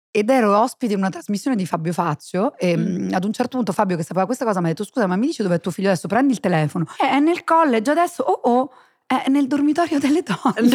ed ero ospite in una trasmissione di Fabio Fazio e ad un certo punto Fabio, che sapeva questa cosa, mi ha detto: scusa, ma mi dici dov'è tuo figlio adesso? Prendi il telefono. È nel college adesso, è nel dormitorio delle donne.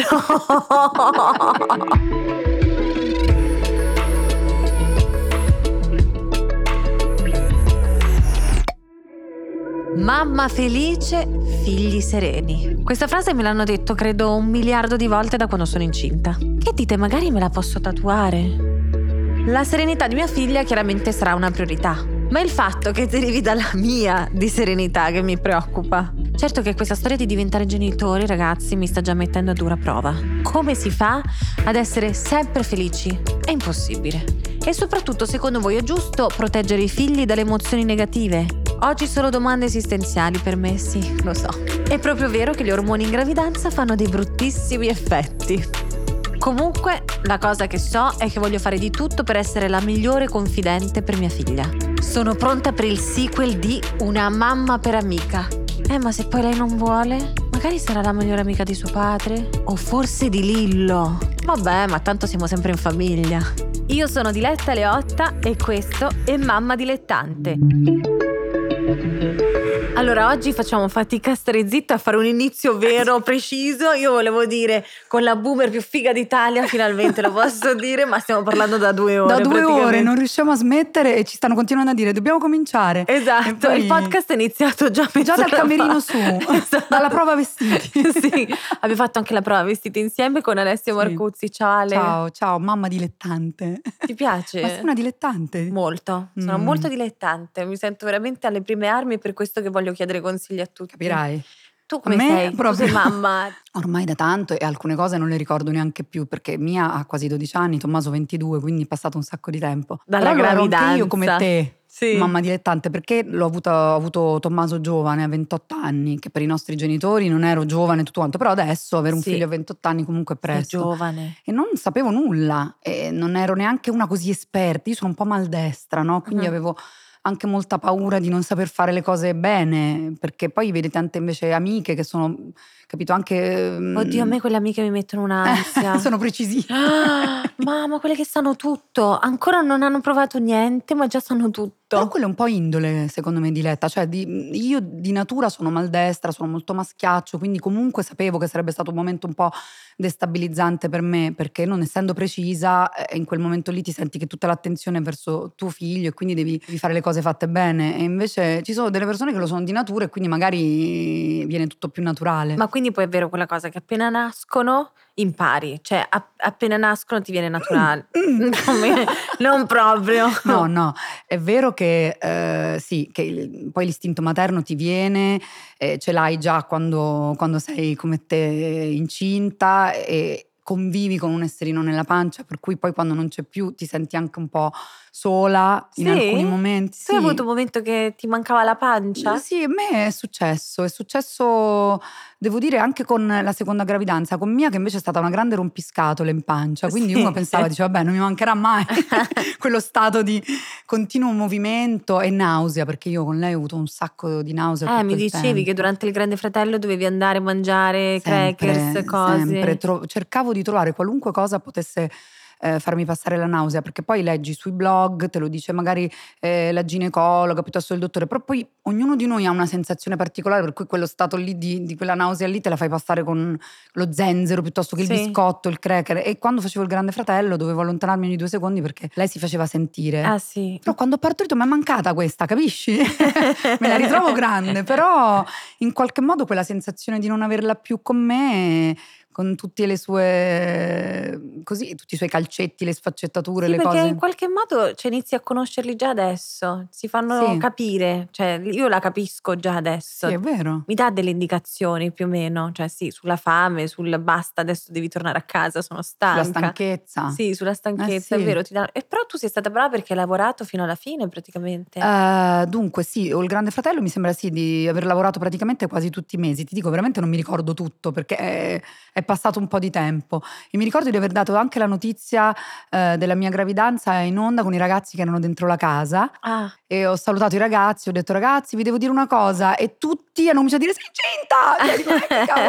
Mamma felice, figli sereni. Questa frase me l'hanno detto credo 1 miliardo di volte da quando sono incinta. Che dite, magari me la posso tatuare? La serenità di mia figlia chiaramente sarà una priorità, ma è il fatto che derivi dalla mia di serenità che mi preoccupa. Certo che questa storia di diventare genitori, ragazzi, mi sta già mettendo a dura prova. Come si fa ad essere sempre felici? È impossibile. E soprattutto, secondo voi è giusto proteggere i figli dalle emozioni negative? Oggi solo domande esistenziali per me, sì, lo so. È proprio vero che gli ormoni in gravidanza fanno dei bruttissimi effetti. Comunque, la cosa che so è che voglio fare di tutto per essere la migliore confidente per mia figlia. Sono pronta per il sequel di Una mamma per amica. Ma se poi lei non vuole? Magari sarà la migliore amica di suo padre? O forse di Lillo? Vabbè, ma tanto siamo sempre in famiglia. Io sono Diletta Leotta e questo è Mamma Dilettante. Allora, oggi facciamo fatica a stare zitta, a fare un inizio vero, preciso. Io volevo dire con la boomer più figa d'Italia, finalmente lo posso dire, ma stiamo parlando da 2 ore. Da 2 ore non riusciamo a smettere e ci stanno continuando a dire dobbiamo cominciare. Esatto, poi... il podcast è iniziato già dal camerino su, esatto. Dalla prova vestiti. Sì, abbiamo fatto anche la prova vestiti insieme con Alessia Marcuzzi. Ciao Ale. Ciao, mamma dilettante. Ti piace? Ma sei una dilettante? Molto, sono molto dilettante, mi sento veramente alle prime armi, per questo che voglio chiedere consigli a tutti. Capirai. Tu come sei? Proprio... Tu sei mamma? Ormai da tanto, e alcune cose non le ricordo neanche più, perché Mia ha quasi 12 anni, Tommaso 22, quindi è passato un sacco di tempo. Dalla gravidanza. Anche io come te, sì. Mamma dilettante, perché ho avuto Tommaso giovane, a 28 anni, che per i nostri genitori non ero giovane tutto quanto, però adesso avere un figlio a 28 anni comunque è presto. Sei giovane. E non sapevo nulla, e non ero neanche una così esperta, io sono un po' maldestra, no? Quindi avevo anche molta paura di non saper fare le cose bene, perché poi vedi tante invece amiche che sono, capito, anche... Oddio, a me quelle amiche mi mettono un'ansia. Sono precisissime. Mamma, quelle che sanno tutto, ancora non hanno provato niente, ma già sanno tutto. Però quello è un po' indole, secondo me, Diletta. Cioè, io di natura sono maldestra, sono molto maschiaccio, quindi comunque sapevo che sarebbe stato un momento un po' destabilizzante per me, perché non essendo precisa, in quel momento lì ti senti che tutta l'attenzione è verso tuo figlio e quindi devi fare le cose fatte bene. E invece ci sono delle persone che lo sono di natura e quindi magari viene tutto più naturale. Ma quindi poi è vero quella cosa che appena nascono impari, cioè appena nascono ti viene naturale. Non proprio. No, è vero che sì, che poi l'istinto materno ti viene, ce l'hai già quando sei come te incinta e convivi con un esserino nella pancia, per cui poi quando non c'è più ti senti anche un po' sola in alcuni momenti. Tu hai avuto un momento che ti mancava la pancia? Sì, a me è successo devo dire anche con la seconda gravidanza, con Mia che invece è stata una grande rompiscatole in pancia, quindi uno pensava, diceva vabbè non mi mancherà mai quello stato di continuo movimento e nausea, perché io con lei ho avuto un sacco di nausea. Mi dicevi che durante il Grande Fratello dovevi andare a mangiare crackers, cose. Sempre, cercavo di trovare qualunque cosa potesse farmi passare la nausea, perché poi leggi sui blog, te lo dice magari la ginecologa piuttosto il dottore, però poi ognuno di noi ha una sensazione particolare, per cui quello stato lì di quella nausea lì te la fai passare con lo zenzero piuttosto che il biscotto, il cracker. E quando facevo il Grande Fratello dovevo allontanarmi ogni 2 secondi perché lei si faceva sentire. Ah sì. Però quando ho partorito mi è mancata questa, capisci? Me la ritrovo grande, però in qualche modo quella sensazione di non averla più con me, con tutte le sue, così, tutti i suoi calcetti, le sfaccettature, le perché cose. in qualche modo inizi a conoscerli già adesso, si fanno capire, cioè io la capisco già adesso. Sì, è vero. Mi dà delle indicazioni più o meno, cioè sì, sulla fame, sul basta, adesso devi tornare a casa, sono stanca. Sulla stanchezza. Sì, sulla stanchezza, sì. è vero. E però tu sei stata brava perché hai lavorato fino alla fine praticamente. Dunque sì, ho il Grande Fratello, mi sembra sì di aver lavorato praticamente quasi tutti i mesi. Ti dico, veramente non mi ricordo tutto perché è passato un po' di tempo e mi ricordo di aver dato anche la notizia della mia gravidanza in onda con i ragazzi che erano dentro la casa e ho salutato i ragazzi, ho detto ragazzi vi devo dire una cosa e tutti hanno cominciato a dire sei incinta!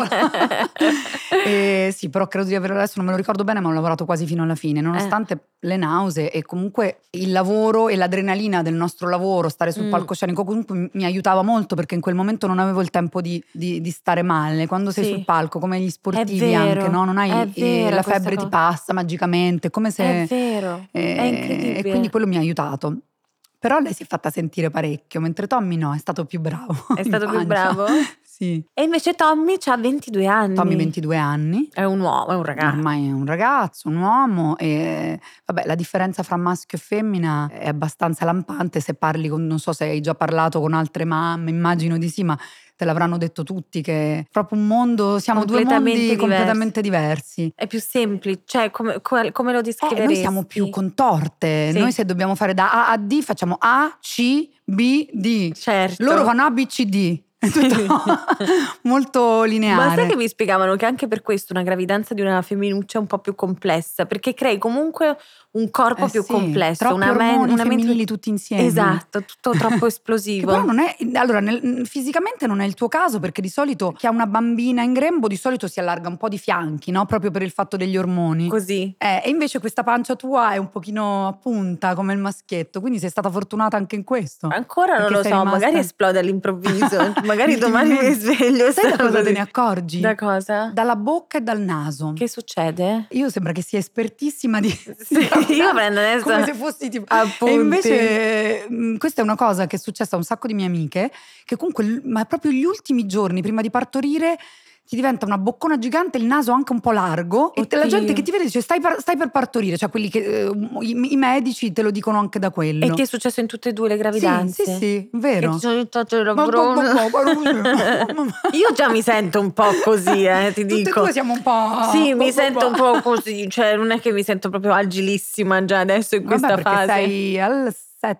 Che cavolo. E sì, però credo di averlo, adesso non me lo ricordo bene, ma ho lavorato quasi fino alla fine nonostante le nausee e comunque il lavoro e l'adrenalina del nostro lavoro, stare sul palcoscenico comunque mi aiutava molto perché in quel momento non avevo il tempo di stare male. Quando sei sul palco come gli sportivi anche, no? Non hai la febbre ti passa magicamente, come se è vero, è incredibile. E quindi quello mi ha aiutato. Però lei si è fatta sentire parecchio, mentre Tommy no, è stato più bravo. È stato più bravo? Sì. E invece Tommy ha 22 anni. Tommy 22 anni. È un uomo, è un ragazzo. Ormai è un ragazzo, un uomo e vabbè la differenza fra maschio e femmina è abbastanza lampante se parli con, non so se hai già parlato con altre mamme, immagino di sì, ma te l'avranno detto tutti che è proprio un mondo, siamo due mondi completamente diversi. È più semplice, cioè come lo descriveresti? Noi siamo più contorte, noi se dobbiamo fare da A a D facciamo A, C, B, D. Certo. Loro fanno A, B, C, D. È tutto molto lineare. Ma sai che mi spiegavano che anche per questo una gravidanza di una femminuccia è un po' più complessa, perché crei comunque un corpo più complesso, troppi ormoni femminili tutti insieme. Esatto, tutto troppo esplosivo. Che però non è, allora fisicamente non è il tuo caso, perché di solito chi ha una bambina in grembo di solito si allarga un po' di fianchi, no? Proprio per il fatto degli ormoni. Così. E invece questa pancia tua è un pochino a punta come il maschietto, quindi sei stata fortunata anche in questo. Ancora non lo so, magari esplode all'improvviso, magari domani mi sveglio. Sai da cosa te ne accorgi? Da cosa? Dalla bocca e dal naso. Che succede? Io sembra che sia espertissima di... Io prendo adesso come se fossi tipo appunti. E invece questa è una cosa che è successa a un sacco di mie amiche che comunque ma proprio gli ultimi giorni prima di partorire ti diventa una boccona gigante, il naso anche un po' largo. Oddio. E la gente che ti vede dice stai per partorire, cioè quelli che i medici te lo dicono anche da quello. E ti è successo in tutte e due le gravidanze? Sì, vero. Che ti sono aiutato la Io già mi sento un po' così, ti dico. Tutte e due siamo un po'. Sì, mi sento un po' così, cioè non è che mi sento proprio agilissima già adesso in questa fase. Sei al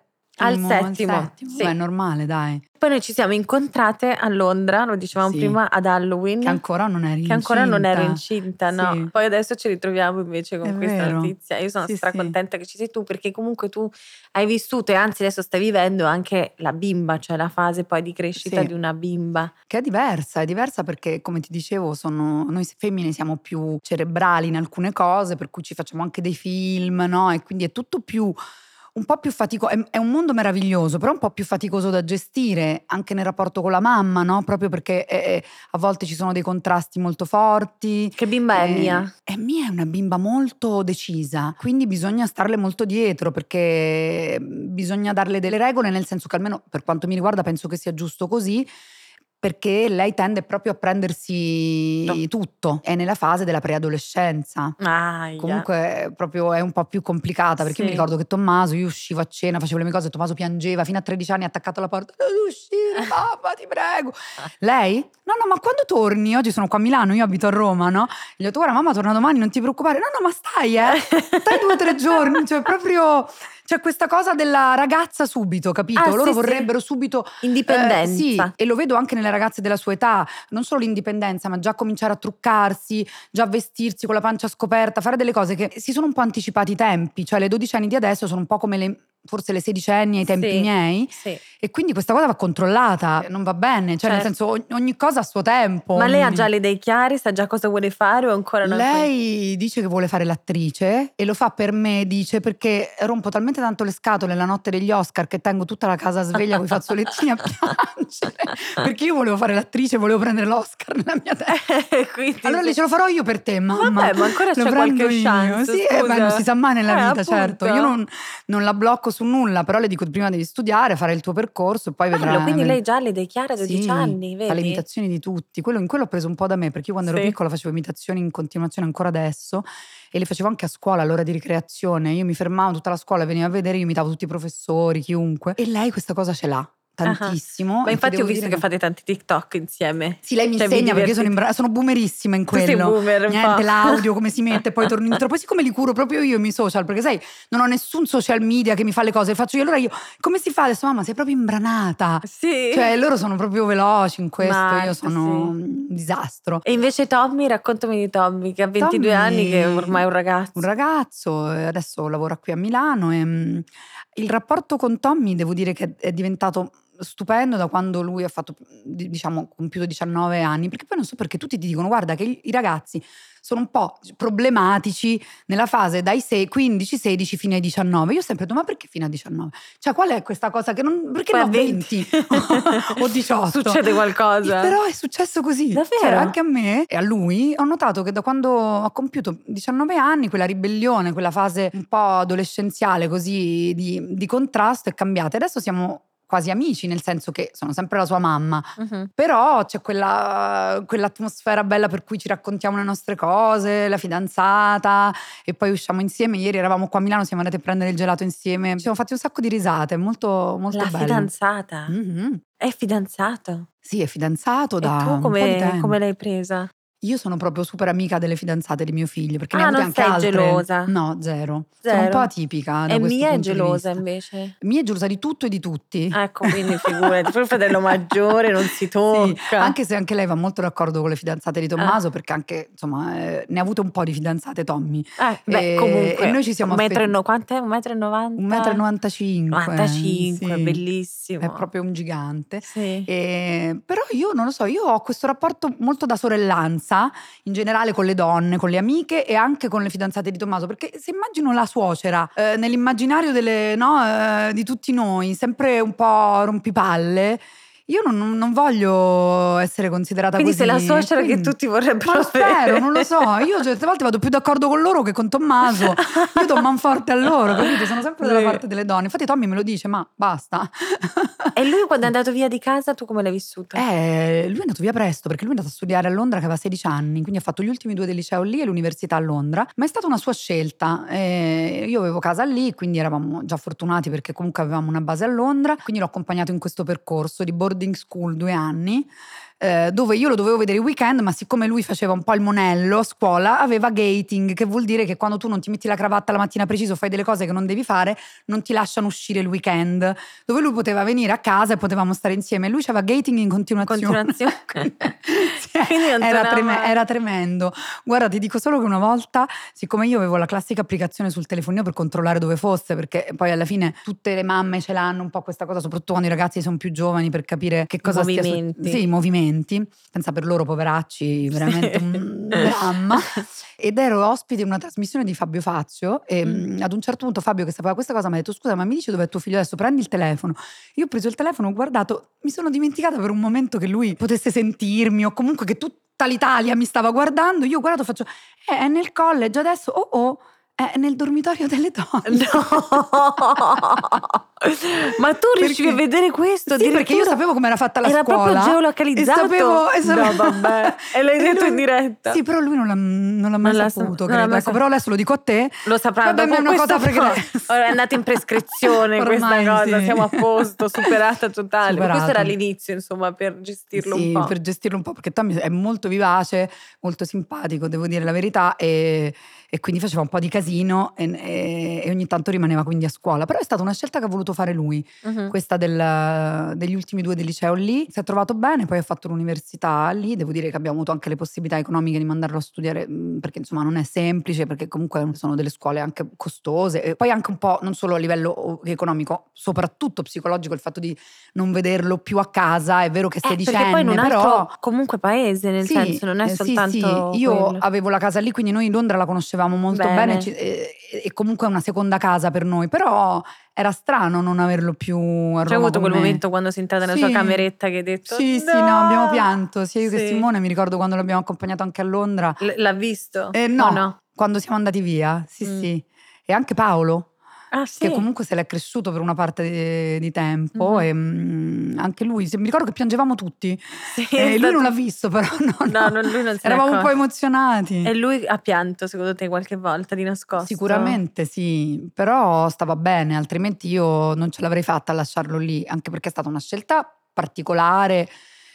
settimo. Sì. Beh, è normale, dai. Poi noi ci siamo incontrate a Londra, lo dicevamo prima, ad Halloween. Che ancora non eri incinta. Che ancora non ero incinta, no. Sì. Poi adesso ci ritroviamo invece con questa notizia. Io sono stracontenta che ci sei tu, perché comunque tu hai vissuto e anzi adesso stai vivendo anche la bimba, cioè la fase poi di crescita di una bimba. Che è diversa perché come ti dicevo noi femmine siamo più cerebrali in alcune cose, per cui ci facciamo anche dei film, no? E quindi è tutto più... un po' più faticoso, è un mondo meraviglioso, però un po' più faticoso da gestire anche nel rapporto con la mamma, no? Proprio perché a volte ci sono dei contrasti molto forti. Che bimba è Mia? Mia è una bimba molto decisa, quindi bisogna starle molto dietro perché bisogna darle delle regole, nel senso che almeno per quanto mi riguarda penso che sia giusto così, perché lei tende proprio a prendersi tutto, è nella fase della preadolescenza. Comunque proprio è un po' più complicata, perché io mi ricordo che Tommaso, io uscivo a cena, facevo le mie cose, Tommaso piangeva fino a 13 anni attaccato alla porta, non uscire papà ti prego. Lei? No ma quando torni? Oggi sono qua a Milano, io abito a Roma, no? Gli ho detto guarda mamma torna domani, non ti preoccupare. No ma stai stai 2 o 3 giorni, cioè proprio... C'è questa cosa della ragazza subito, capito? Loro vorrebbero subito indipendenza. Sì, e lo vedo anche nelle ragazze della sua età, non solo l'indipendenza, ma già cominciare a truccarsi, già vestirsi con la pancia scoperta, fare delle cose che si sono un po' anticipati i tempi, cioè le 12 anni di adesso sono un po' come forse le 16 anni ai tempi miei, e quindi questa cosa va controllata, non va bene, cioè nel senso ogni cosa a suo tempo. Ma lei ha già le idee chiare, sa già cosa vuole fare o ancora non? Lei dice che vuole fare l'attrice e lo fa per me, dice, perché rompo talmente tanto le scatole la notte degli Oscar che tengo tutta la casa sveglia con i fazzolettini a piangere, perché io volevo fare l'attrice, volevo prendere l'Oscar nella mia testa. Allora lì ce lo farò io per te, mamma. Vabbè, ma ancora c'è qualche chance. Sì, non si sa mai nella vita, certo. Io non la blocco su nulla, però le dico prima devi studiare, fare il tuo percorso e poi vedrai. Quindi lei già le idee chiare a 12 anni, vedi? Fa le imitazioni di tutti. In quello ho preso un po' da me, perché io quando ero piccola facevo imitazioni in continuazione ancora adesso, e le facevo anche a scuola all'ora di ricreazione. Io mi fermavo, tutta la scuola veniva a vedere, io imitavo tutti i professori, chiunque, e lei questa cosa ce l'ha. tantissimo. Ma e infatti ti ho devo visto dire che fate tanti TikTok insieme. Sì, lei mi Cioè, vi insegna perché io divertite. sono boomerissima in Tu sei quello. boomer un po'. Niente, l'audio come si mette, poi torno indietro. Poi siccome li curo proprio io i miei social, perché sai, non ho nessun social media che mi fa le cose, le faccio io. Allora io, come si fa adesso? Mamma, sei proprio imbranata. Sì. Cioè, loro sono proprio veloci in questo, io Marta, sono sì. un disastro. E invece Tommy, raccontami di Tommy, che ha 22 anni, che è ormai un ragazzo. Un ragazzo, adesso lavora qui a Milano e il rapporto con Tommy devo dire che è diventato stupendo da quando lui ha fatto, diciamo, compiuto 19 anni, perché poi non so perché tutti ti dicono guarda che i ragazzi sono un po' problematici nella fase dai 15-16 fino ai 19. Io ho sempre detto ma perché fino a 19? Cioè qual è questa cosa che non, perché Poi no a 20 o 18? Succede qualcosa. Però è successo così. Davvero? Cioè, anche a me e a lui ho notato che da quando ha compiuto 19 anni quella ribellione, quella fase un po' adolescenziale così di contrasto è cambiata. Adesso siamo quasi amici, nel senso che sono sempre la sua mamma, però c'è quell'atmosfera bella per cui ci raccontiamo le nostre cose, la fidanzata, e poi usciamo insieme. Ieri eravamo qua a Milano, siamo andati a prendere il gelato insieme, ci siamo fatti un sacco di risate, molto, molto La bello. fidanzata? Mhm. È fidanzato? Sì, è fidanzato E da tu un po' di tempo. come l'hai presa? Io sono proprio super amica delle fidanzate di mio figlio, perché ne Ah, ha avute non anche sei altre. gelosa? No, zero. Zero? Sono un po' atipica da E questo Mia è punto di gelosa vista. invece? Mia è gelosa di tutto e di tutti. Ecco, quindi figurati, poi il fratello maggiore non si tocca. Sì, anche se anche lei va molto d'accordo con le fidanzate di Tommaso, perché anche, insomma, ne ha avute un po' di fidanzate Tommy. Comunque, e noi ci siamo quant'è? 1,90 m? 1,95 m. 95, sì. bellissimo. È proprio un gigante. Sì. Però io non lo so, io ho questo rapporto molto da sorellanza, in generale con le donne, con le amiche e anche con le fidanzate di Tommaso, perché se immagino la suocera nell'immaginario di tutti noi, sempre un po' rompipalle, io non voglio essere considerata Quindi così. sei la suocera che tutti vorrebbero Ma lo spero, avere. non lo so. Io certe volte vado più d'accordo con loro che con Tommaso. Io do manforte a loro, capito? Sono sempre dalla parte delle donne. Infatti Tommy me lo dice, ma basta. E lui quando è andato via di casa, tu come l'hai vissuto? Lui è andato via presto, perché lui è andato a studiare a Londra che aveva 16 anni, quindi ha fatto gli ultimi 2 del liceo lì e l'università a Londra, ma è stata una sua scelta. Io avevo casa lì, quindi eravamo già fortunati perché comunque avevamo una base a Londra, quindi l'ho accompagnato in questo percorso di boarding school 2 anni, dove io lo dovevo vedere il weekend, ma siccome lui faceva un po' il monello a scuola, aveva gating, che vuol dire che quando tu non ti metti la cravatta la mattina preciso, fai delle cose che non devi fare, non ti lasciano uscire il weekend, dove lui poteva venire a casa e potevamo stare insieme. Lui aveva gating in continuazione. Quindi era tremendo. Guarda, ti dico solo che una volta, siccome io avevo la classica applicazione sul telefonino per controllare dove fosse, perché poi alla fine tutte le mamme ce l'hanno un po' questa cosa, soprattutto quando i ragazzi sono più giovani, per capire che cosa stia movimenti. Sì, i movimenti. Pensa, per loro poveracci, veramente un dramma. Ed ero ospite in una trasmissione di Fabio Fazio e ad un certo punto Fabio, che sapeva questa cosa, mi ha detto scusa, ma mi dici dov'è tuo figlio adesso? Prendi il telefono. Io ho preso il telefono, ho guardato, mi sono dimenticata per un momento che lui potesse sentirmi o comunque che tutta l'Italia mi stava guardando. Io ho guardato, faccio è nel college adesso, è nel dormitorio delle donne. No! Ma tu riuscivi a vedere questo? Sì, perché io sapevo come era fatta la era scuola. Era proprio geolocalizzato? E sapevo. No, vabbè. E l'hai detto in diretta? Sì, però lui non l'ha mai saputo, credo. Ecco, però adesso lo dico a te. Lo saprà. Vabbè, ma è una cosa pregressa. Ora è andata in prescrizione questa cosa, siamo a posto, superata totale. Questo era l'inizio, insomma, per gestirlo un po'. Sì, per gestirlo un po', perché Tommy è molto vivace, molto simpatico, devo dire la verità, e quindi faceva un po' di casino e ogni tanto rimaneva quindi a scuola. Però è stata una scelta che ha voluto fare lui, questa degli ultimi 2 del liceo lì. Si è trovato bene, poi ha fatto l'università lì. Devo dire che abbiamo avuto anche le possibilità economiche di mandarlo a studiare, perché insomma non è semplice, perché comunque sono delle scuole anche costose, e poi anche un po' non solo a livello economico, soprattutto psicologico, il fatto di non vederlo più a casa. È vero che sedicenne, perché poi in un altro però comunque paese, nel senso non è soltanto sì. Io quello. avevo la casa lì, quindi noi in Londra la conoscevamo molto bene e comunque è una seconda casa per noi, però era strano non averlo più a Roma. C'è avuto quel momento quando sei entrata nella sua cameretta che hai detto sì, no, abbiamo pianto sia io che Simone. Mi ricordo quando l'abbiamo accompagnato anche a Londra. L'ha visto? No, quando siamo andati via, sì. E anche Paolo. Ah sì? che comunque se l'è cresciuto per una parte di tempo Mhm. e anche lui, mi ricordo che piangevamo tutti. Sì, è Lui non stato... l'ha visto però, No, no. lui non se ne Eravamo un po' accorge. emozionati. E lui ha pianto secondo te qualche volta di nascosto? Sicuramente sì, però stava bene, altrimenti io non ce l'avrei fatta a lasciarlo lì, anche perché è stata una scelta particolare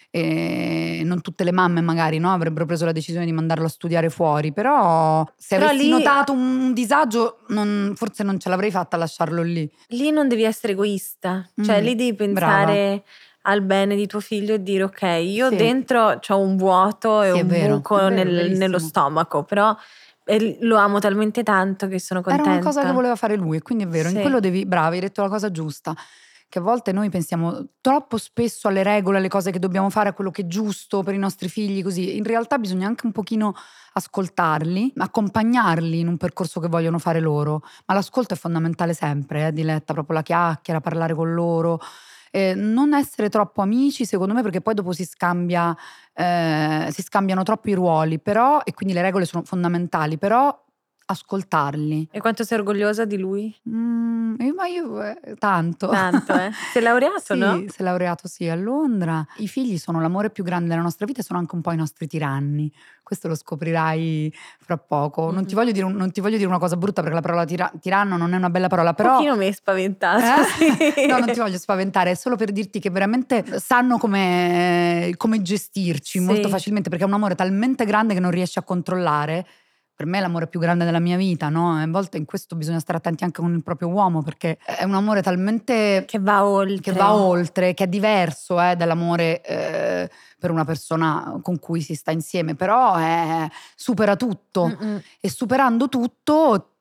e non tutte le mamme magari, no, avrebbero preso la decisione di mandarlo a studiare fuori, però se Però avessi lì- notato un disagio forse non ce l'avrei fatta a lasciarlo lì. Lì non devi essere egoista, cioè lì devi Brava. pensare al bene di tuo figlio e dire ok, io Sì. dentro c'ho un vuoto e Sì, è un vero, buco è vero, nello verissimo. stomaco, però lo amo talmente tanto che sono Era contenta. una cosa che voleva fare lui e quindi è vero, in Sì. quello brava, hai detto la cosa giusta, che a volte noi pensiamo troppo spesso alle regole, alle cose che dobbiamo fare, a quello che è giusto per i nostri figli, così. In realtà bisogna anche un pochino ascoltarli, accompagnarli in un percorso che vogliono fare loro, ma l'ascolto è fondamentale sempre, Diletta, proprio la chiacchiera, parlare con loro. Non essere troppo amici secondo me, perché poi dopo si scambiano troppo i ruoli, però, e quindi le regole sono fondamentali, però ascoltarli. E quanto sei orgogliosa di lui? Ma io tanto. Tanto, Sei laureato, Sì, no? si è laureato sì a Londra. I figli sono l'amore più grande della nostra vita e sono anche un po' i nostri tiranni. Questo lo scoprirai fra poco. Non ti voglio dire una cosa brutta, perché la parola tiranno non è una bella parola, Un però pochino mi hai spaventato, sì. no, non ti voglio spaventare, è solo per dirti che veramente sanno come gestirci Sì. molto facilmente, perché è un amore talmente grande che non riesci a controllare. Per me è l'amore più grande della mia vita, no? E a volte in questo bisogna stare attenti anche con il proprio uomo, perché è un amore talmente Che va oltre. che è diverso dall'amore per una persona con cui si sta insieme, però supera tutto. Mm-mm. E superando tutto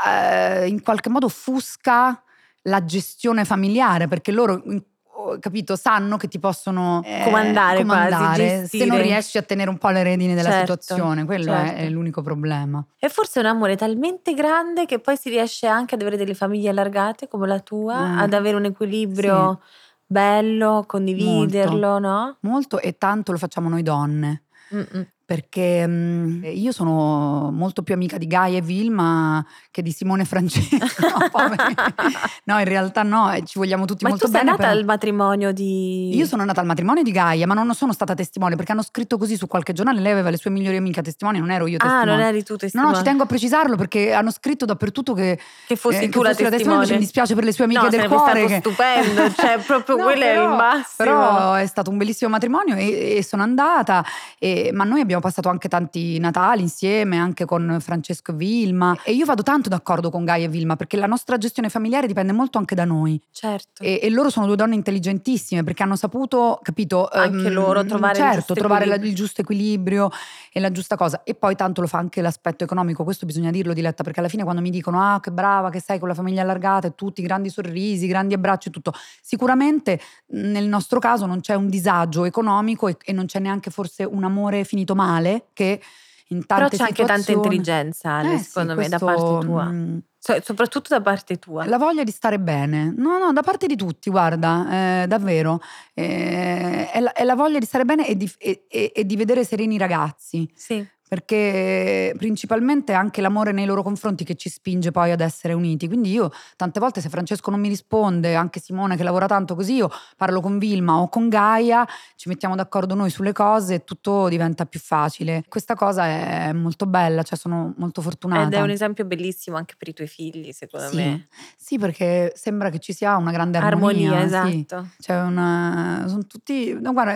in qualche modo offusca la gestione familiare, perché loro, capito, sanno che ti possono Comandare quasi, se gestire. non riesci a tenere un po' le redini della Certo, situazione, quello certo. è l'unico problema. E forse è un amore talmente grande che poi si riesce anche ad avere delle famiglie allargate come la tua, ad avere un equilibrio bello, condividerlo, no? Molto, e tanto lo facciamo noi donne. Mm-mm. Perché io sono molto più amica di Gaia e Vilma che di Simone e Francesco. No, in realtà no, ci vogliamo tutti Ma molto tu sei bene. nata al matrimonio di... Io sono nata al matrimonio di Gaia, ma non sono stata testimone, perché hanno scritto così su qualche giornale. Lei aveva le sue migliori amiche a testimone, non ero io testimone. Ah, non eri tu testimone. No, ci tengo a precisarlo, perché hanno scritto dappertutto che fossi tu la testimone. invece mi dispiace per le sue amiche no, del sarebbe cuore. stato stupendo, cioè proprio No, quello è il massimo. Però è stato un bellissimo matrimonio e sono andata, ma noi abbiamo passato anche tanti Natali insieme, anche con Francesco e Vilma, e io vado tanto d'accordo con Gaia e Vilma, perché la nostra gestione familiare dipende molto anche da noi. Certo. E loro sono due donne intelligentissime, perché hanno saputo, capito, anche loro trovare il giusto equilibrio e la giusta cosa. E poi tanto lo fa anche l'aspetto economico, questo bisogna dirlo, Diletta, perché alla fine quando mi dicono ah che brava che sei con la famiglia allargata e tutti grandi sorrisi, grandi abbracci e tutto, sicuramente nel nostro caso non c'è un disagio economico e non c'è neanche forse un amore finito male, che in tante Però c'è anche tanta situazioni intelligenza, Ale, secondo me, da questo, parte tua. Soprattutto da parte tua. La voglia di stare bene, no, da parte di tutti, guarda, davvero. È la voglia di stare bene e di vedere sereni i ragazzi. Sì. Perché principalmente è anche l'amore nei loro confronti che ci spinge poi ad essere uniti. Quindi io tante volte, se Francesco non mi risponde, anche Simone che lavora tanto così, io parlo con Vilma o con Gaia, ci mettiamo d'accordo noi sulle cose e tutto diventa più facile. Questa cosa è molto bella, cioè sono molto fortunata. Ed è un esempio bellissimo anche per i tuoi figli, secondo me. Sì, perché sembra che ci sia una grande armonia, esatto. Sì. C'è sono tutti, no, guarda,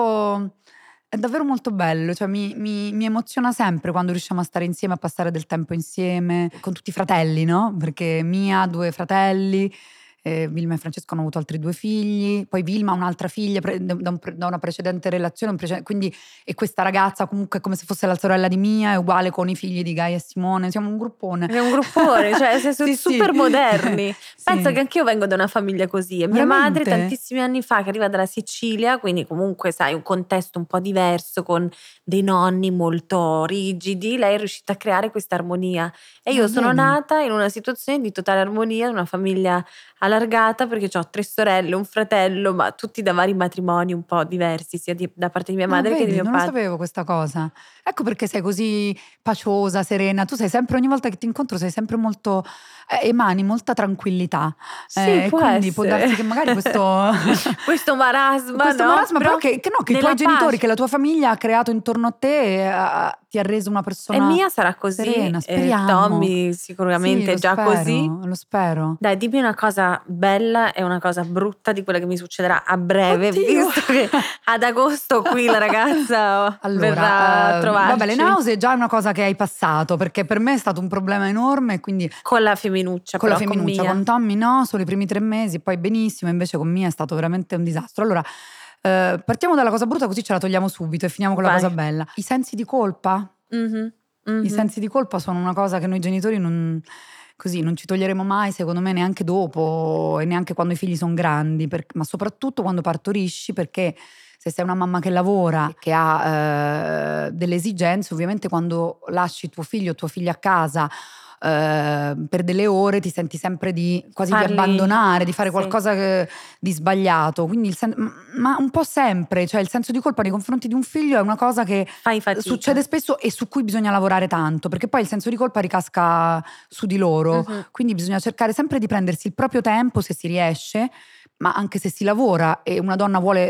è davvero molto bello, cioè mi emoziona sempre quando riusciamo a stare insieme, a passare del tempo insieme, con tutti i fratelli, no? Perché Mia ha 2 fratelli, Vilma e Francesco hanno avuto altri 2 figli, poi Vilma ha un'altra figlia da una precedente relazione, quindi, e questa ragazza comunque è come se fosse la sorella di Mia, è uguale con i figli di Gaia e Simone, siamo un gruppone. È un gruppone, cioè siete super moderni. Penso che anch'io vengo da una famiglia così e mia madre Veramente? tantissimi anni fa, che arriva dalla Sicilia, quindi comunque sai un contesto un po' diverso con dei nonni molto rigidi, lei è riuscita a creare questa armonia e io sono Vedi? nata in una situazione di totale armonia, in una famiglia allargata perché ho 3 sorelle, un fratello, ma tutti da vari matrimoni un po' diversi, sia da parte di mia madre che di Vedi, mio non lo padre. sapevo questa cosa. Ecco perché sei così paciosa, serena. Tu sei sempre, ogni volta che ti incontro, sei sempre molto, emani molta tranquillità. Sì, E può quindi può essere. darsi che magari questo, Questo marasma, questo no? marasma, però che i nella tuoi genitori, pace. che la tua famiglia ha creato intorno a te, ti ha reso una E persona Mia sarà così, serena. e Speriamo. Tommy Sì, sicuramente è lo già così. spero, lo spero. Dai, dimmi una cosa bella e una cosa brutta di quella che mi succederà a breve, Oddio! visto che ad agosto qui la ragazza verrà a Allora, vabbè, le trovarci. nausee già è una cosa che hai passato, perché per me è stato un problema enorme, quindi Con la femminuccia, con la però con femminuccia, Mia. con Tommy no, solo i primi 3 mesi, poi benissimo, invece con Mia è stato veramente un disastro. Allora, partiamo dalla cosa brutta così ce la togliamo subito e finiamo con la Vai. cosa bella. I sensi di colpa? Mhm, I mhm. sensi di colpa sono una cosa che noi genitori non ci toglieremo mai, secondo me, neanche dopo e neanche quando i figli sono grandi, ma soprattutto quando partorisci, perché se sei una mamma che lavora, che ha delle esigenze, ovviamente quando lasci tuo figlio o tua figlia a casa per delle ore ti senti sempre quasi di abbandonare, di fare sì. qualcosa di sbagliato, quindi ma un po' sempre, cioè il senso di colpa nei confronti di un figlio è una cosa che Fai fatica. succede spesso e su cui bisogna lavorare tanto, perché poi il senso di colpa ricasca su di loro, Mhm. quindi bisogna cercare sempre di prendersi il proprio tempo se si riesce, ma anche se si lavora e una donna vuole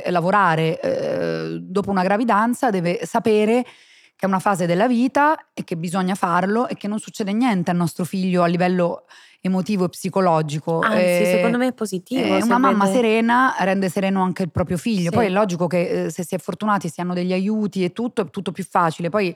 lavorare dopo una gravidanza deve sapere che è una fase della vita e che bisogna farlo e che non succede niente al nostro figlio a livello emotivo e psicologico. Anzi, secondo me è positivo. Una mamma vede- serena rende sereno anche il proprio figlio. Sì. Poi è logico che se si è fortunati, si hanno degli aiuti e tutto, è tutto più facile. Poi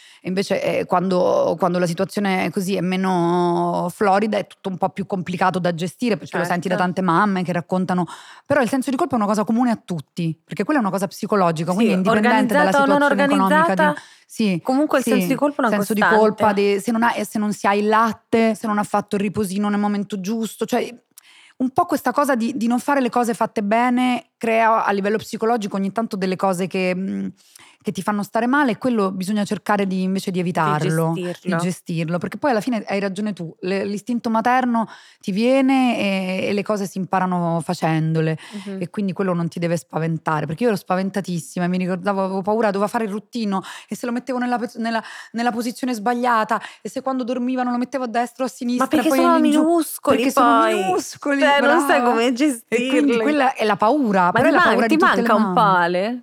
invece quando la situazione è così, è meno florida, è tutto un po' più complicato da gestire, perché lo senti da Certo. tante mamme che raccontano. Però il senso di colpa è una cosa comune a tutti, perché quella è una cosa psicologica, Sì, quindi è indipendente dalla organizzata o non situazione economica organizzata, sì, comunque il sì, senso di colpa è una senso di costante. colpa se non si ha il latte, se non ha fatto il riposino nel momento giusto, cioè un po' questa cosa di non fare le cose fatte bene crea a livello psicologico ogni tanto delle cose che ti fanno stare male, e quello bisogna cercare invece di evitarlo, di gestirlo, perché poi alla fine hai ragione tu, l'istinto materno ti viene e le cose si imparano facendole, Mhm. e quindi quello non ti deve spaventare, perché io ero spaventatissima, mi ricordavo, avevo paura, dovevo fare il ruttino e se lo mettevo nella posizione sbagliata e se quando dormivano lo mettevo a destra o a sinistra, Ma perché poi sono all'ingiù, minuscoli, perché poi sono minuscoli, cioè, non sai brava. come E gestirli. quindi quella è la paura, Ma però è la paura ti di tutte le manca un po', mamme. Ale?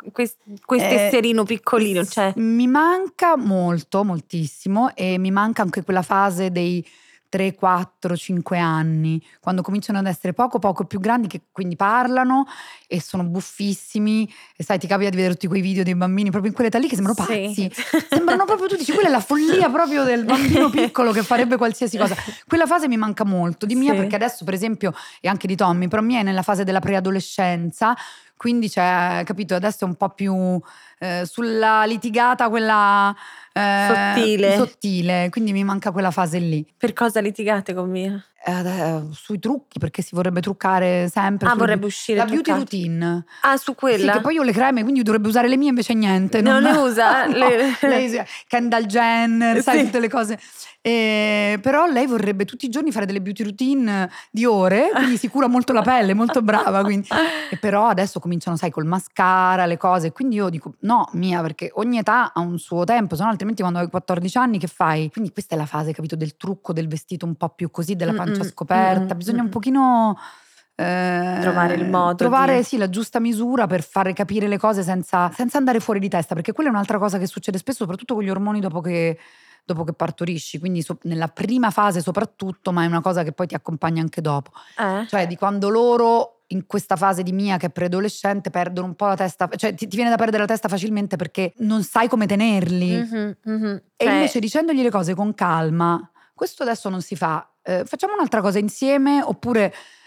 Questo esserino piccolino, cioè. Mi manca molto, moltissimo, e mi manca anche quella fase dei 3, 4, 5 anni, quando cominciano ad essere poco più grandi, che quindi parlano e sono buffissimi, e sai, ti capita di vedere tutti quei video dei bambini proprio in quell'età lì che sembrano Sì. pazzi, sembrano proprio tu dici, quella è la follia proprio del bambino piccolo che farebbe qualsiasi cosa. Quella fase mi manca molto, di Mia, Sì. perché adesso per esempio, e anche di Tommy, però Mia è nella fase della preadolescenza, quindi c'è, capito, adesso è un po' più sulla litigata quella sottile, quindi mi manca quella fase lì. Per cosa litigate con Mia? Sui trucchi, perché si vorrebbe truccare sempre. Vorrebbe uscire la beauty truccata. routine. Su quella? Sì, che poi io le creme, quindi dovrebbe usare le mie, invece niente. Non le usa? No, lei Kendall Jenner, sai, Sì. tutte le cose. Però lei vorrebbe tutti i giorni fare delle beauty routine di ore, quindi si cura molto la pelle, molto brava, quindi. E però adesso cominciano, sai, col mascara, le cose, quindi io dico no, Mia, perché ogni età ha un suo tempo, se no altrimenti quando hai 14 anni che fai? Quindi questa è la fase, capito, del trucco, del vestito un po' più così, della pancia scoperta, bisogna un pochino trovare il modo trovare sì, la giusta misura per fare capire le cose senza andare fuori di testa, perché quella è un'altra cosa che succede spesso, soprattutto con gli ormoni dopo che partorisci, quindi nella prima fase soprattutto, ma è una cosa che poi ti accompagna anche dopo, cioè di quando loro in questa fase di Mia che è preadolescente perdono un po' la testa, cioè ti viene da perdere la testa facilmente perché non sai come tenerli, e invece dicendogli le cose con calma, questo adesso non si fa, facciamo un'altra cosa insieme, oppure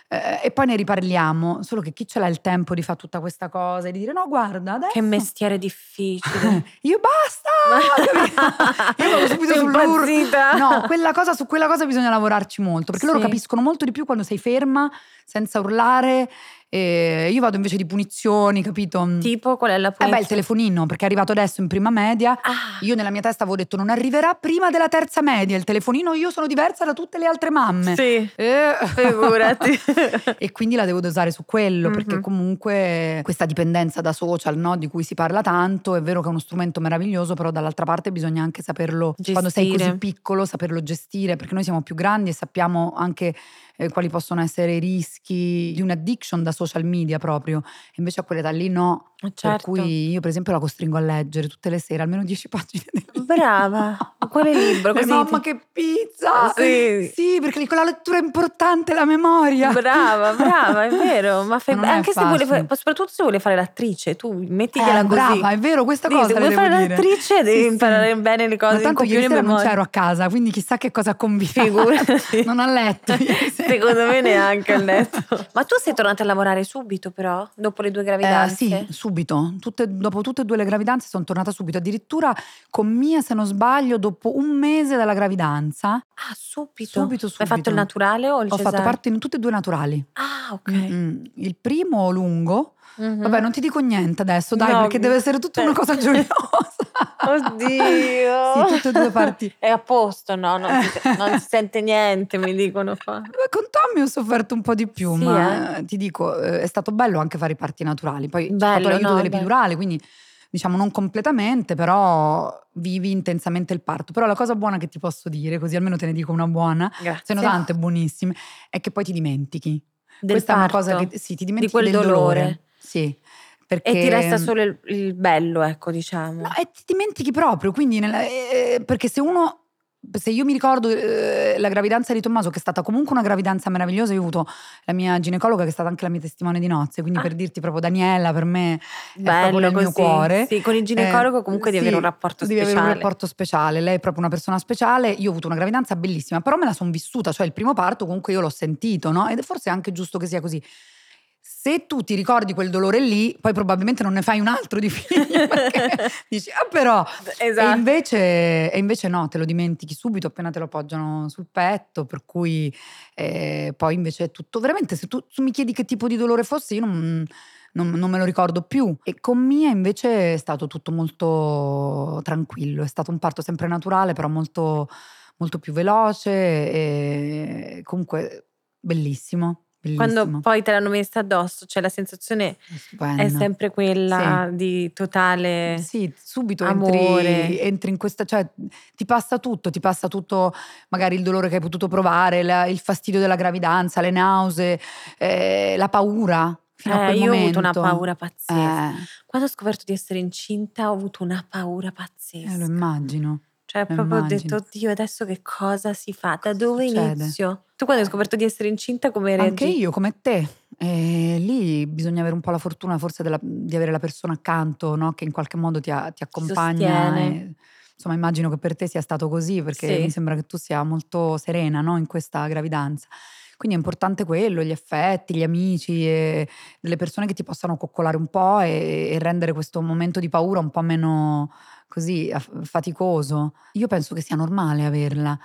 e poi ne riparliamo. Solo che chi ce l'ha il tempo di fare tutta questa cosa e di dire no guarda adesso Che mestiere difficile. io basta io vado subito sull'urlo. No, su quella cosa bisogna lavorarci molto, perché loro Sì. capiscono molto di più quando sei ferma senza urlare. Io vado invece di punizioni, capito? Tipo qual è la punizione? Il telefonino, perché è arrivato adesso in prima media. Ah. Io nella mia testa avevo detto non arriverà prima della terza media il telefonino, io sono diversa da tutte le altre mamme. Sì, figurati. E quindi la devo dosare su quello, perché comunque questa dipendenza da social, no, di cui si parla tanto, è vero che è uno strumento meraviglioso, però dall'altra parte bisogna anche saperlo Gestire. quando sei così piccolo, saperlo gestire, perché noi siamo più grandi e sappiamo anche quali possono essere i rischi di un'addiction da social media proprio. Invece a quell'età lì no. Certo. Per cui io per esempio la costringo a leggere tutte le sere almeno 10 pagine del libro. Brava. Quale libro? Così Mamma che pizza! Sì. Perché con la lettura è importante la memoria. Brava, è vero. Ma Non è anche se vuole facile. soprattutto se vuole fare l'attrice, tu mettigliela così. Brava, è vero, questa cosa se le vuoi devo fare dire. l'attrice devi Sì, imparare bene le cose. Ma tanto in ieri sera non memoria. c'ero a casa, quindi chissà che cosa ha combinato. Figurati. Non ho letto ieri sera. Secondo me neanche ho letto. Ma tu sei tornata a lavorare subito però? Dopo le 2 gravidanze? Sì, subito. Dopo tutte e 2 le gravidanze sono tornata subito. Addirittura con Mia, se non sbaglio, dopo un mese dalla gravidanza. Ah, subito? Subito. Hai fatto il naturale o il Ho cesareo? fatto parte in tutte e 2 naturali. Ah, ok. Il primo lungo. Mhm. Vabbè, non ti dico niente adesso, dai, No, perché deve essere tutta una cosa gioiosa. Oddio. Sì, tutte e 2 parti. È a posto, no? Non si sente niente, mi dicono qua. Beh, con Tommy ho sofferto un po' di più, Sì, ma ti dico, è stato bello anche fare i parti naturali. Poi c'è stato Bello, l'aiuto no, dell'epidurale, quindi diciamo non completamente, però vivi intensamente il parto. Però la cosa buona che ti posso dire, così almeno te ne dico una buona, Grazie. ce ne sono tante buonissime, è che poi ti dimentichi. Del Questa è una parto? cosa che sì, ti dimentichi Di quel del dolore. Sì, perché E ti resta solo il bello, ecco, diciamo. No, e ti dimentichi proprio, quindi perché se io mi ricordo la gravidanza di Tommaso, che è stata comunque una gravidanza meravigliosa, io ho avuto la mia ginecologa che è stata anche la mia testimone di nozze, quindi per dirti proprio Daniela per me è proprio nel mio cuore. Sì, con il ginecologo comunque devi avere un rapporto devi speciale. avere un rapporto speciale, lei è proprio una persona speciale. Io ho avuto una gravidanza bellissima, però me la sono vissuta, cioè il primo parto comunque io l'ho sentito, no? Ed è forse anche giusto che sia così. Se tu ti ricordi quel dolore lì, poi probabilmente non ne fai un altro di figlio, perché dici, però. Esatto. E invece no, te lo dimentichi subito appena te lo appoggiano sul petto, per cui poi invece è tutto, veramente, se tu mi chiedi che tipo di dolore fosse, io non me lo ricordo più. E con Mia invece è stato tutto molto tranquillo, è stato un parto sempre naturale, però molto, molto più veloce e comunque bellissimo. Quando poi te l'hanno messa addosso, cioè la sensazione è sempre quella di totale subito amore. Entri in questa, cioè ti passa tutto, magari il dolore che hai potuto provare, il fastidio della gravidanza, le nausee, la paura. Fino a quel io momento. ho avuto una paura pazzesca. Quando ho scoperto di essere incinta ho avuto una paura pazzesca. Lo immagino. Cioè proprio ho detto, oddio, adesso che cosa si fa? Da dove succede? inizio? Tu quando hai scoperto di essere incinta come reagi? Anche io, come te. Lì bisogna avere un po' la fortuna forse di avere la persona accanto, no? Che in qualche modo ti accompagna. Insomma, immagino che per te sia stato così, perché mi sembra che tu sia molto serena, no? In questa gravidanza. Quindi è importante quello, gli affetti, gli amici, e delle persone che ti possano coccolare un po' e rendere questo momento di paura un po' meno così faticoso. Io penso che sia normale averla.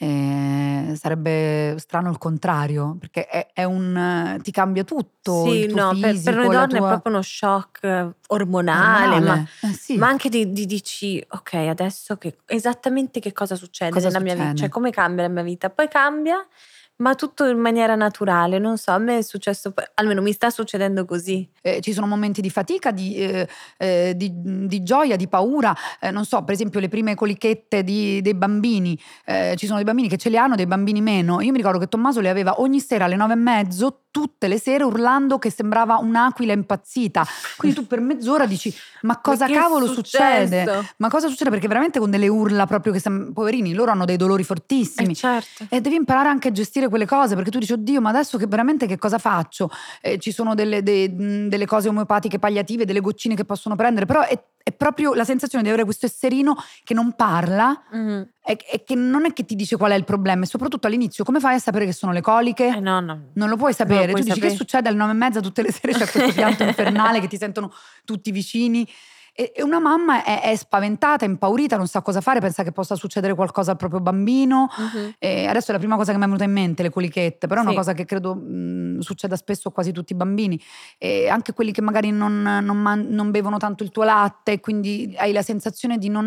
Sarebbe strano il contrario, perché ti cambia tutto, il tuo fisico, per noi donne è proprio uno shock ormonale. Ma anche dici, ok, adesso esattamente che cosa succede nella mia vita, cioè come cambia la mia vita, poi cambia, ma tutto in maniera naturale. Non so, a me è successo, almeno mi sta succedendo così. Ci sono momenti di fatica, di gioia, di paura, non so, per esempio le prime colichette dei bambini, ci sono dei bambini che ce li hanno, dei bambini meno. Io mi ricordo che Tommaso le aveva ogni sera alle 9:30, tutte le sere, urlando che sembrava un'aquila impazzita. Quindi tu per mezz'ora dici, ma cosa cavolo succede? Ma cosa succede? Perché veramente con delle urla proprio poverini, loro hanno dei dolori fortissimi. Certo. E devi imparare anche a gestire dire quelle cose, perché tu dici oddio, ma adesso che cosa faccio? Ci sono delle cose omeopatiche palliative, delle goccine che possono prendere, però è proprio la sensazione di avere questo esserino che non parla e che non è che ti dice qual è il problema, e soprattutto all'inizio come fai a sapere che sono le coliche? No. Non lo puoi sapere, tu dici sapere. che succede alle 9:30 tutte le sere, c'è questo pianto infernale che ti sentono tutti vicini. E una mamma è spaventata, è impaurita, non sa cosa fare, pensa che possa succedere qualcosa al proprio bambino. E adesso è la prima cosa che mi è venuta in mente, le colichette, però è una cosa che credo succeda spesso a quasi tutti i bambini. E anche quelli che magari non bevono tanto il tuo latte, quindi hai la sensazione di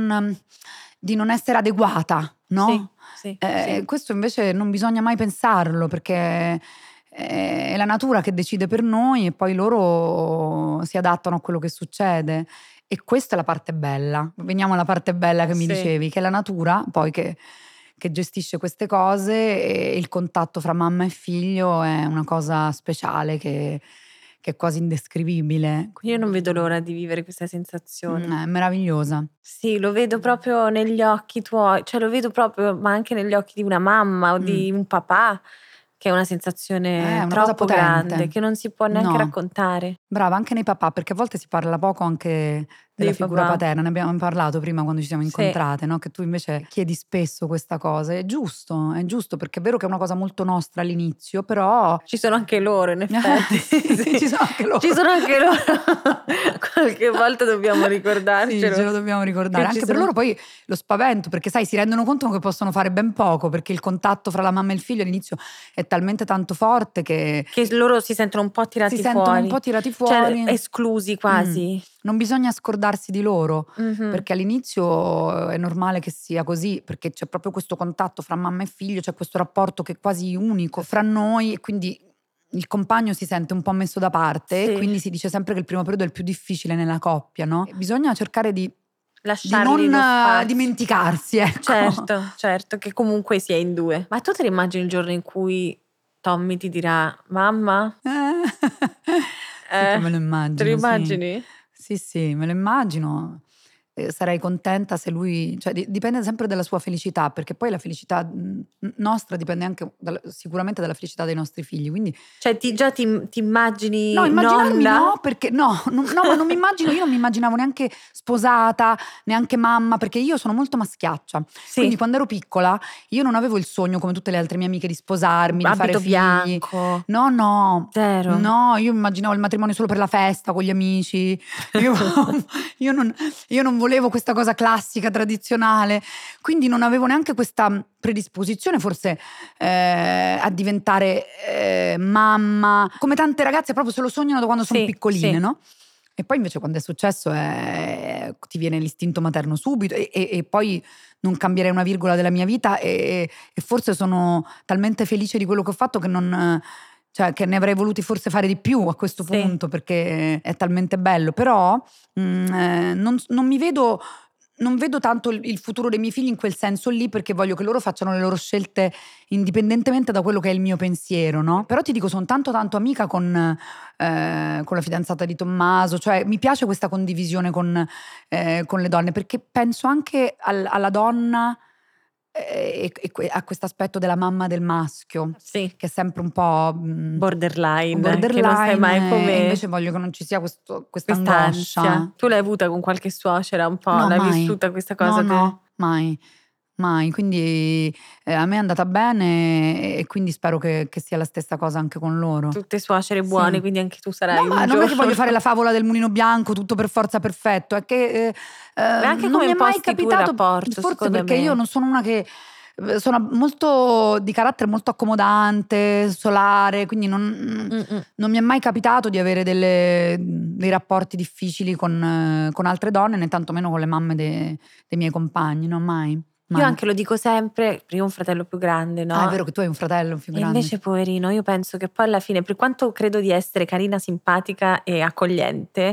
non essere adeguata, no? Sì. Questo invece non bisogna mai pensarlo, perché è la natura che decide per noi e poi loro si adattano a quello che succede. E questa è la parte bella. Veniamo alla parte bella che mi dicevi, che è la natura poi che gestisce queste cose, e il contatto fra mamma e figlio è una cosa speciale che è quasi indescrivibile. Io non vedo l'ora di vivere questa sensazione. È meravigliosa. Sì, lo vedo proprio negli occhi tuoi, cioè lo vedo proprio, ma anche negli occhi di una mamma o di un papà, che è una sensazione una cosa troppo potente. grande, che non si può neanche raccontare. Brava, anche nei papà, perché a volte si parla poco anche della figura paterna. Ne abbiamo parlato prima quando ci siamo incontrate, no? Che tu invece chiedi spesso questa cosa. È giusto, perché è vero che è una cosa molto nostra all'inizio, però ci sono anche loro, in effetti. sì, ci sono anche loro. Ci sono anche loro. Qualche volta dobbiamo ricordarcelo. Sì, ce lo dobbiamo ricordare. Anche per loro poi lo spavento, perché sai, si rendono conto che possono fare ben poco, perché il contatto fra la mamma e il figlio all'inizio è talmente tanto forte che loro si sentono un po' tirati fuori. Sentono un po' tirati fuori. Cioè, esclusi quasi. Non bisogna scordarsi di loro, perché all'inizio è normale che sia così, perché c'è proprio questo contatto fra mamma e figlio, c'è questo rapporto che è quasi unico fra noi, e quindi il compagno si sente un po' messo da parte, e quindi si dice sempre che il primo periodo è il più difficile nella coppia, no? E bisogna cercare di non dimenticarsi, ecco. Certo, che comunque si è in due. Ma tu te ne immagini il giorno in cui Tommy ti dirà mamma? Sì, me lo immagino. Te lo immagini? Sì, me lo immagino. Sarei contenta se lui, cioè dipende sempre dalla sua felicità, perché poi la felicità nostra dipende anche sicuramente dalla felicità dei nostri figli, quindi cioè già ti immagini no, immaginarmi nonna? No, perché no, ma non mi immagino, io non mi immaginavo neanche sposata, neanche mamma, perché io sono molto maschiaccia. Quindi quando ero piccola io non avevo il sogno come tutte le altre mie amiche di sposarmi, di fare figli. Bianco. No, zero. No, io immaginavo il matrimonio solo per la festa con gli amici. Io non volevo questa cosa classica, tradizionale, quindi non avevo neanche questa predisposizione forse a diventare mamma, come tante ragazze proprio se lo sognano da quando sono piccoline, no? E poi invece quando è successo ti viene l'istinto materno subito, e poi non cambierei una virgola della mia vita, e forse sono talmente felice di quello che ho fatto che cioè che ne avrei voluti forse fare di più a questo punto, perché è talmente bello. Però non vedo tanto il futuro dei miei figli in quel senso lì, perché voglio che loro facciano le loro scelte indipendentemente da quello che è il mio pensiero, no? Però ti dico, sono tanto amica con la fidanzata di Tommaso, cioè mi piace questa condivisione con le donne, perché penso anche alla donna e a questo aspetto della mamma del maschio, che è sempre un po' borderline, che non sai mai come. E invece voglio che non ci sia questa angoscia. Tu l'hai avuta con qualche suocera un po'? No, l'hai mai. vissuta questa cosa? No, mai. Quindi a me è andata bene, e quindi spero che sia la stessa cosa anche con loro. Tutte suocere buone, quindi anche tu sarai un giorno. Non è che voglio fare la favola del mulino bianco, tutto per forza perfetto, è che anche non come mi è mai capitato, il rapporto, forse perché io non sono una che sono molto di carattere molto accomodante, solare, quindi non mi è mai capitato di avere dei rapporti difficili con altre donne, né tantomeno con le mamme dei miei compagni, no, mai. Io anche lo dico sempre, io ho un fratello più grande, no? È vero che tu hai un fratello più grande. E invece poverino, io penso che poi alla fine, per quanto credo di essere carina, simpatica e accogliente,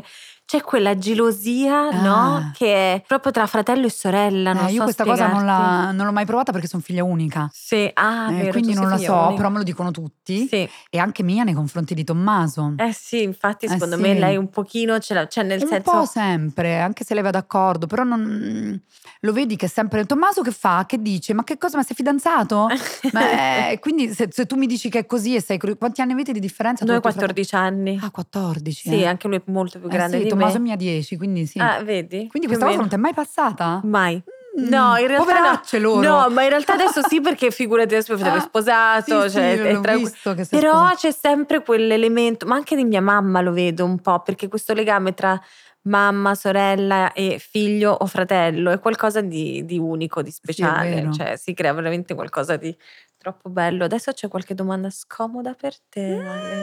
c'è quella gelosia, no? Che è proprio tra fratello e sorella, non Io so questa cosa spiegarti. non l'ho mai provata perché sono figlia unica. Sì, vero, Quindi tu non sei la figlia so, unica. però me lo dicono tutti. Sì. E anche mia nei confronti di Tommaso. Sì, infatti secondo sì. me lei un pochino ce l'ha, cioè nel Un senso… po' sempre, anche se lei va d'accordo, però lo vedi che è sempre Tommaso che fa, che dice, ma che cosa, ma sei fidanzato? Quindi se tu mi dici che è così e quanti anni avete di differenza? Noi Tu e tuo fratello? 14 anni. 14. Sì, anche lui è molto più grande sì, di Tommaso me. mi ha 10, quindi sì. Vedi? Quindi Più o questa cosa meno. non ti è mai passata? Mai. No, in realtà poveracce loro. No, ma in realtà adesso sì, perché figurati, adesso mio fratello è sposato, sì, cioè sì, l'ho visto che sei però sposato. c'è sempre quell'elemento, ma anche di mia mamma lo vedo un po', perché questo legame tra mamma, sorella e figlio o fratello è qualcosa di unico, di speciale, vero. cioè si crea veramente qualcosa di troppo bello. Adesso c'è qualche domanda scomoda per te,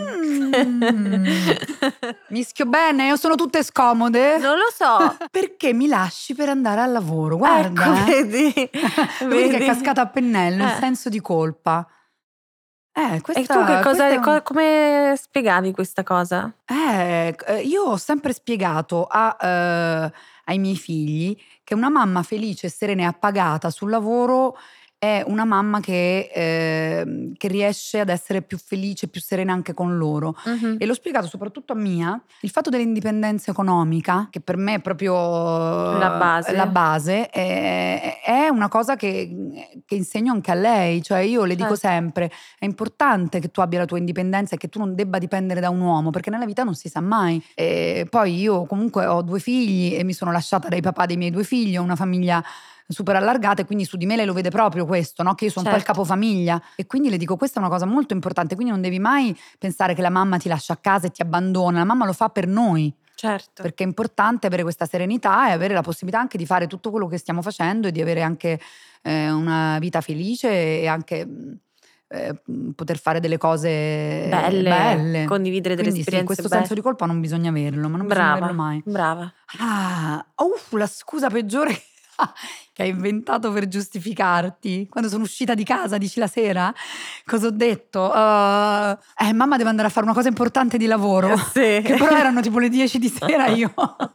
Mischio bene? O sono tutte scomode? Non lo so. Perché mi lasci per andare al lavoro? Guarda, Ecco, vedi? lo vedi che è cascata a pennello, il senso di colpa. E Questa, tu come spiegavi questa cosa? Io ho sempre spiegato ai miei figli che una mamma felice, serena e appagata sul lavoro è una mamma che riesce ad essere più felice, più serena anche con loro. Mhm. E l'ho spiegato soprattutto a Mia, il fatto dell'indipendenza economica, che per me è proprio La base. è una cosa che insegno anche a lei. Cioè io le dico Certo. sempre, è importante che tu abbia la tua indipendenza e che tu non debba dipendere da un uomo, perché nella vita non si sa mai. E poi io comunque ho 2 figli e mi sono lasciata dai papà dei miei 2 figli, ho una famiglia super allargata e quindi su di me lei lo vede proprio questo, no? Che io sono un po' il Certo. capofamiglia, e quindi le dico questa è una cosa molto importante, quindi non devi mai pensare che la mamma ti lascia a casa e ti abbandona, la mamma lo fa per noi. Certo. Perché è importante avere questa serenità e avere la possibilità anche di fare tutto quello che stiamo facendo e di avere anche una vita felice e anche poter fare delle cose belle. Condividere delle Quindi esperienze questo belle. senso di colpa non bisogna averlo, ma non bisogna averlo mai. Brava. La scusa peggiore che hai inventato per giustificarti. Quando sono uscita di casa, dici la sera, cosa ho detto? Mamma deve andare a fare una cosa importante di lavoro. Sì. Che però erano tipo le 10 di sera, io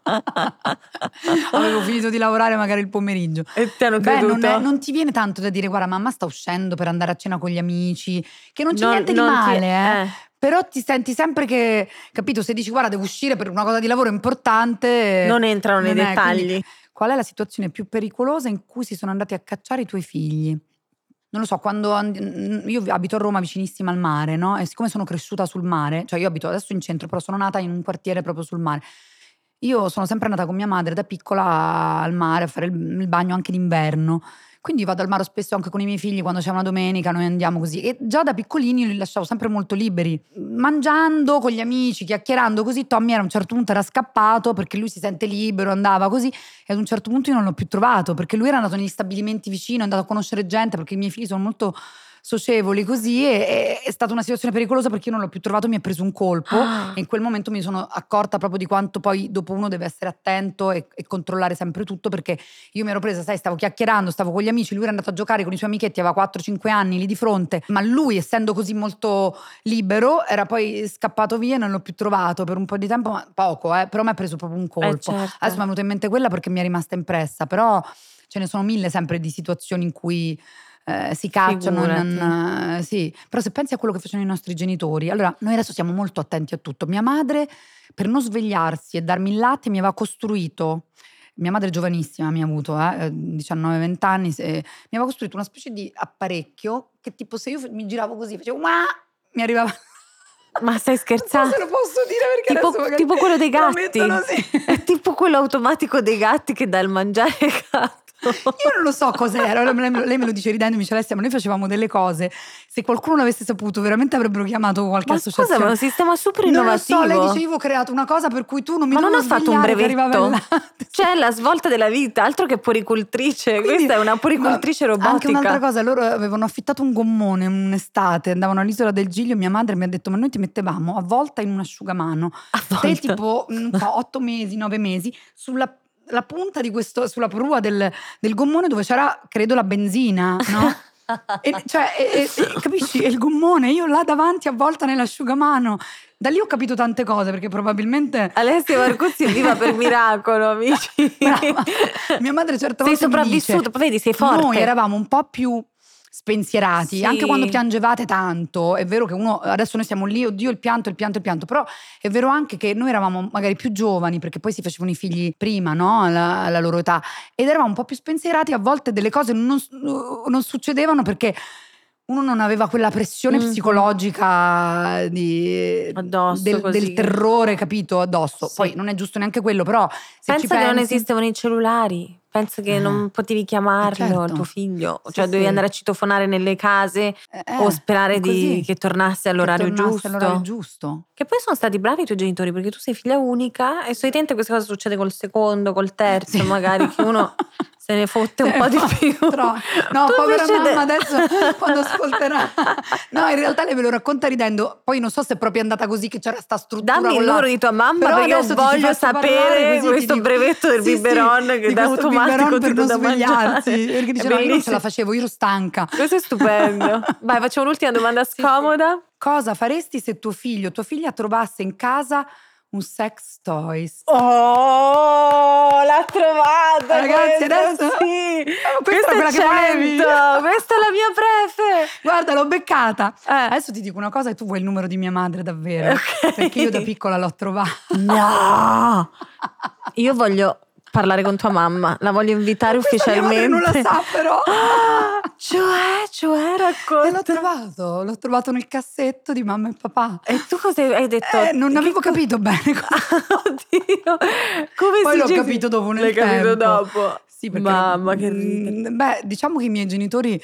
avevo finito di lavorare magari il pomeriggio. E ti hanno creduto? Non ti viene tanto da dire guarda mamma sta uscendo per andare a cena con gli amici, che non c'è niente di male, però ti senti sempre che, capito, se dici guarda devo uscire per una cosa di lavoro importante, non entrano nei dettagli. Quindi, qual è la situazione più pericolosa in cui si sono andati a cacciare i tuoi figli? Non lo so, quando io abito a Roma vicinissima al mare, no? E siccome sono cresciuta sul mare, cioè io abito adesso in centro, però sono nata in un quartiere proprio sul mare. Io sono sempre andata con mia madre da piccola al mare a fare il bagno anche d'inverno. Quindi vado al mare spesso anche con i miei figli, quando c'è una domenica noi andiamo così. E già da piccolini li lasciavo sempre molto liberi, mangiando con gli amici, chiacchierando così. Tommy a un certo punto era scappato perché lui si sente libero, andava così, e ad un certo punto io non l'ho più trovato perché lui era andato negli stabilimenti vicino, è andato a conoscere gente, perché i miei figli sono molto socievoli così, e è stata una situazione pericolosa perché io non l'ho più trovato, mi ha preso un colpo e in quel momento mi sono accorta proprio di quanto poi dopo uno deve essere attento e controllare sempre tutto, perché io mi ero presa, sai, stavo chiacchierando, stavo con gli amici, lui era andato a giocare con i suoi amichetti, aveva 4-5 anni lì di fronte, ma lui essendo così molto libero era poi scappato via e non l'ho più trovato per un po' di tempo, ma poco, però mi ha preso proprio un colpo. Certo. Adesso mi è venuta in mente quella perché mi è rimasta impressa, però ce ne sono mille sempre di situazioni in cui si cacciano, sì. Però se pensi a quello che facevano i nostri genitori, allora noi adesso siamo molto attenti a tutto. Mia madre, per non svegliarsi e darmi il latte, mi aveva costruito, mia madre giovanissima mi ha avuto 19-20 anni, mi aveva costruito una specie di apparecchio che tipo se io mi giravo così facevo mi arrivava. Ma stai scherzando? Non so se lo posso dire perché adesso tipo quello dei gatti. mettono, sì. È tipo quello automatico dei gatti che dà il mangiare ai gatti. Io non lo so cos'era, lei me lo dice ridendo, mi dice Alessia, ma noi facevamo delle cose, se qualcuno l'avesse saputo veramente avrebbero chiamato qualche associazione. Scusa, ma è un sistema super innovativo. Non lo so, lei dice io avevo creato una cosa per cui tu non mi ma non dovevo ha fatto un brevetto, cioè la svolta della vita, altro che puericultrice. Quindi, questa è una puericultrice robotica. Anche un'altra cosa, loro avevano affittato un gommone un'estate, andavano all'isola del Giglio, mia madre mi ha detto ma noi ti mettevamo a volta in un asciugamano, te tipo 8 mesi, 9 mesi, sulla punta di questo, sulla prua del gommone dove c'era credo la benzina, no? Capisci? E il gommone, io là davanti avvolta nell'asciugamano. Da lì ho capito tante cose, perché probabilmente Alessia Marcuzzi è viva per miracolo, amici. Brava. Mia madre certe Sei volte mi sopravvissuto, dice, vedi, sei forte. noi eravamo un po' più spensierati, Sì. anche quando piangevate tanto. È vero che adesso noi siamo lì, oddio, il pianto, però è vero anche che noi eravamo magari più giovani, perché poi si facevano i figli prima, no? alla loro età, ed eravamo un po' più spensierati. A volte delle cose non succedevano perché uno non aveva quella pressione psicologica Addosso, del terrore, capito, addosso. Sì. Poi non è giusto neanche quello, però se pensa ci che pensi, non esistevano i cellulari, pensa che non potevi chiamarlo certo. il tuo figlio, Sì, cioè dovevi sì. andare a citofonare nelle case o sperare così. che tornasse all'orario giusto. Che poi sono stati bravi i tuoi genitori, perché tu sei figlia unica e solitamente questa cosa succede col secondo, col terzo, magari che uno se ne fotte un po' di più. No, Tu povera invece mamma adesso quando ascolterà. No, in realtà lei ve lo racconta ridendo. Poi non so se è proprio andata così, che c'era sta struttura. Dammi il numero di tua mamma, però perché io adesso ti voglio faccio sapere parlare, così questo ti dico. brevetto del biberon che di da questo automatico biberon ti per do non da svegliarsi, mangiare. perché È diceva io non ce bellissimo. la facevo, io ero stanca. Questo è stupendo. Vai, facciamo un'ultima domanda scomoda. Cosa faresti se tua figlia trovasse in casa un sex toys? Oh, l'ha trovata, Ragazzi, questa, adesso sì. questa è quella che volevi. Questa è la mia prefe. Guarda, l'ho beccata. Adesso ti dico una cosa e tu vuoi il numero di mia madre davvero, Ok. perché io da piccola l'ho trovata. No, io voglio parlare con tua mamma, la voglio invitare ufficialmente. Mia madre non la sa però. Cioè, E racconta. l'ho trovato nel cassetto di mamma e papà. E tu cosa hai detto? Non avevo capito bene. Oddio, come Poi si l'ho gesti- capito dopo nel L'hai capito tempo. dopo? Sì, perché Mamma, che ridere. beh, diciamo che i miei genitori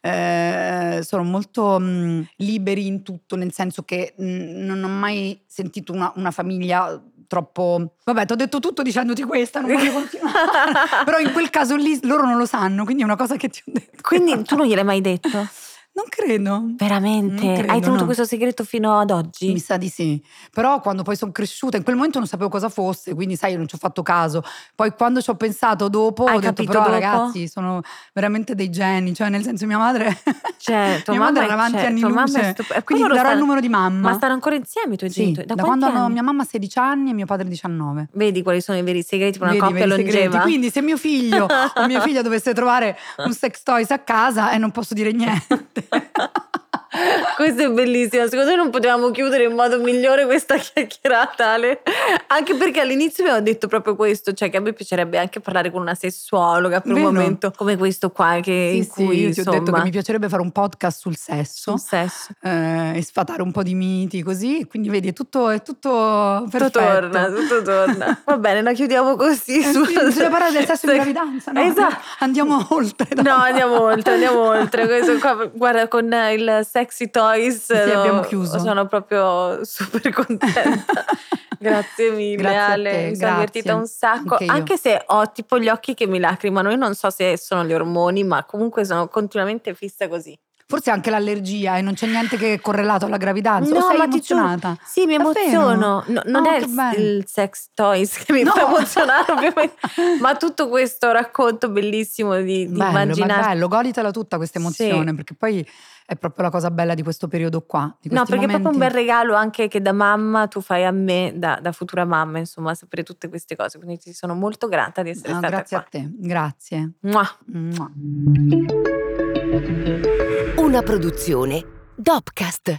sono molto liberi in tutto, nel senso che non ho mai sentito una famiglia troppo. Vabbè, ti ho detto tutto dicendoti questa, non voglio continuare. Però in quel caso lì loro non lo sanno, quindi è una cosa che ti ho detto. Quindi tu non gliel'hai mai detto? Non credo. Veramente? Non credo, Hai tenuto no. questo segreto fino ad oggi? Mi sa di sì, però quando poi sono cresciuta, in quel momento non sapevo cosa fosse, quindi sai, io non ci ho fatto caso. Poi quando ci ho pensato dopo, Hai ho detto capito però dopo? ragazzi, sono veramente dei geni, cioè nel senso mia madre Cioè, tua mia mamma madre era avanti anni tua mamma è luce, stupenda. quindi Loro darò il stanno- numero di mamma. Ma stanno ancora insieme i tuoi Sì, genitori? Da da quanti quando anni? mia mamma ha 16 anni e mio padre 19. Vedi quali sono i veri segreti per una Vedi, coppia veri segreti. longeva? Quindi se mio figlio o mia figlia dovesse trovare un sex toys a casa non posso dire niente. Questo è bellissimo, secondo me non potevamo chiudere in modo migliore questa chiacchierata, Ale. Anche perché all'inizio abbiamo detto proprio questo, cioè che a me piacerebbe anche parlare con una sessuologa per Vero? un momento come questo qua in cui io ti ho detto insomma, che mi piacerebbe fare un podcast sul sesso, sul sesso. E sfatare un po' di miti così, quindi vedi è tutto Tutto perfetto. torna. Va bene, la chiudiamo così. Sì, bisogna parlare del sesso in gravidanza, no? Esatto. Andiamo oltre. No, andiamo oltre. Questo qua, guarda, con il sexy toys abbiamo chiuso. sono proprio super contenta. Grazie mille, Grazie a Ale, te, mi sono grazie. divertita un sacco. Anche io. Anche se ho tipo gli occhi che mi lacrimano, io non so se sono gli ormoni, ma comunque sono continuamente fissa così. Forse anche l'allergia e non c'è niente che è correlato alla gravidanza. No, o sei ma emozionata? sì, mi Davvero? emoziono. Non è che bello. il sex toys che mi No. fa emozionare, ovviamente, ma tutto questo racconto bellissimo di Bello, ma immaginare. bello, goditela tutta questa emozione, Sì. perché poi è proprio la cosa bella di questo periodo qua. Di No, questi perché è proprio un momenti. bel regalo anche che da mamma tu fai a me, da futura mamma, insomma, sapere tutte queste cose. Quindi ti sono molto grata di essere No, stata grazie qua. a te, grazie. Mua. Mua. Una produzione Dopcast.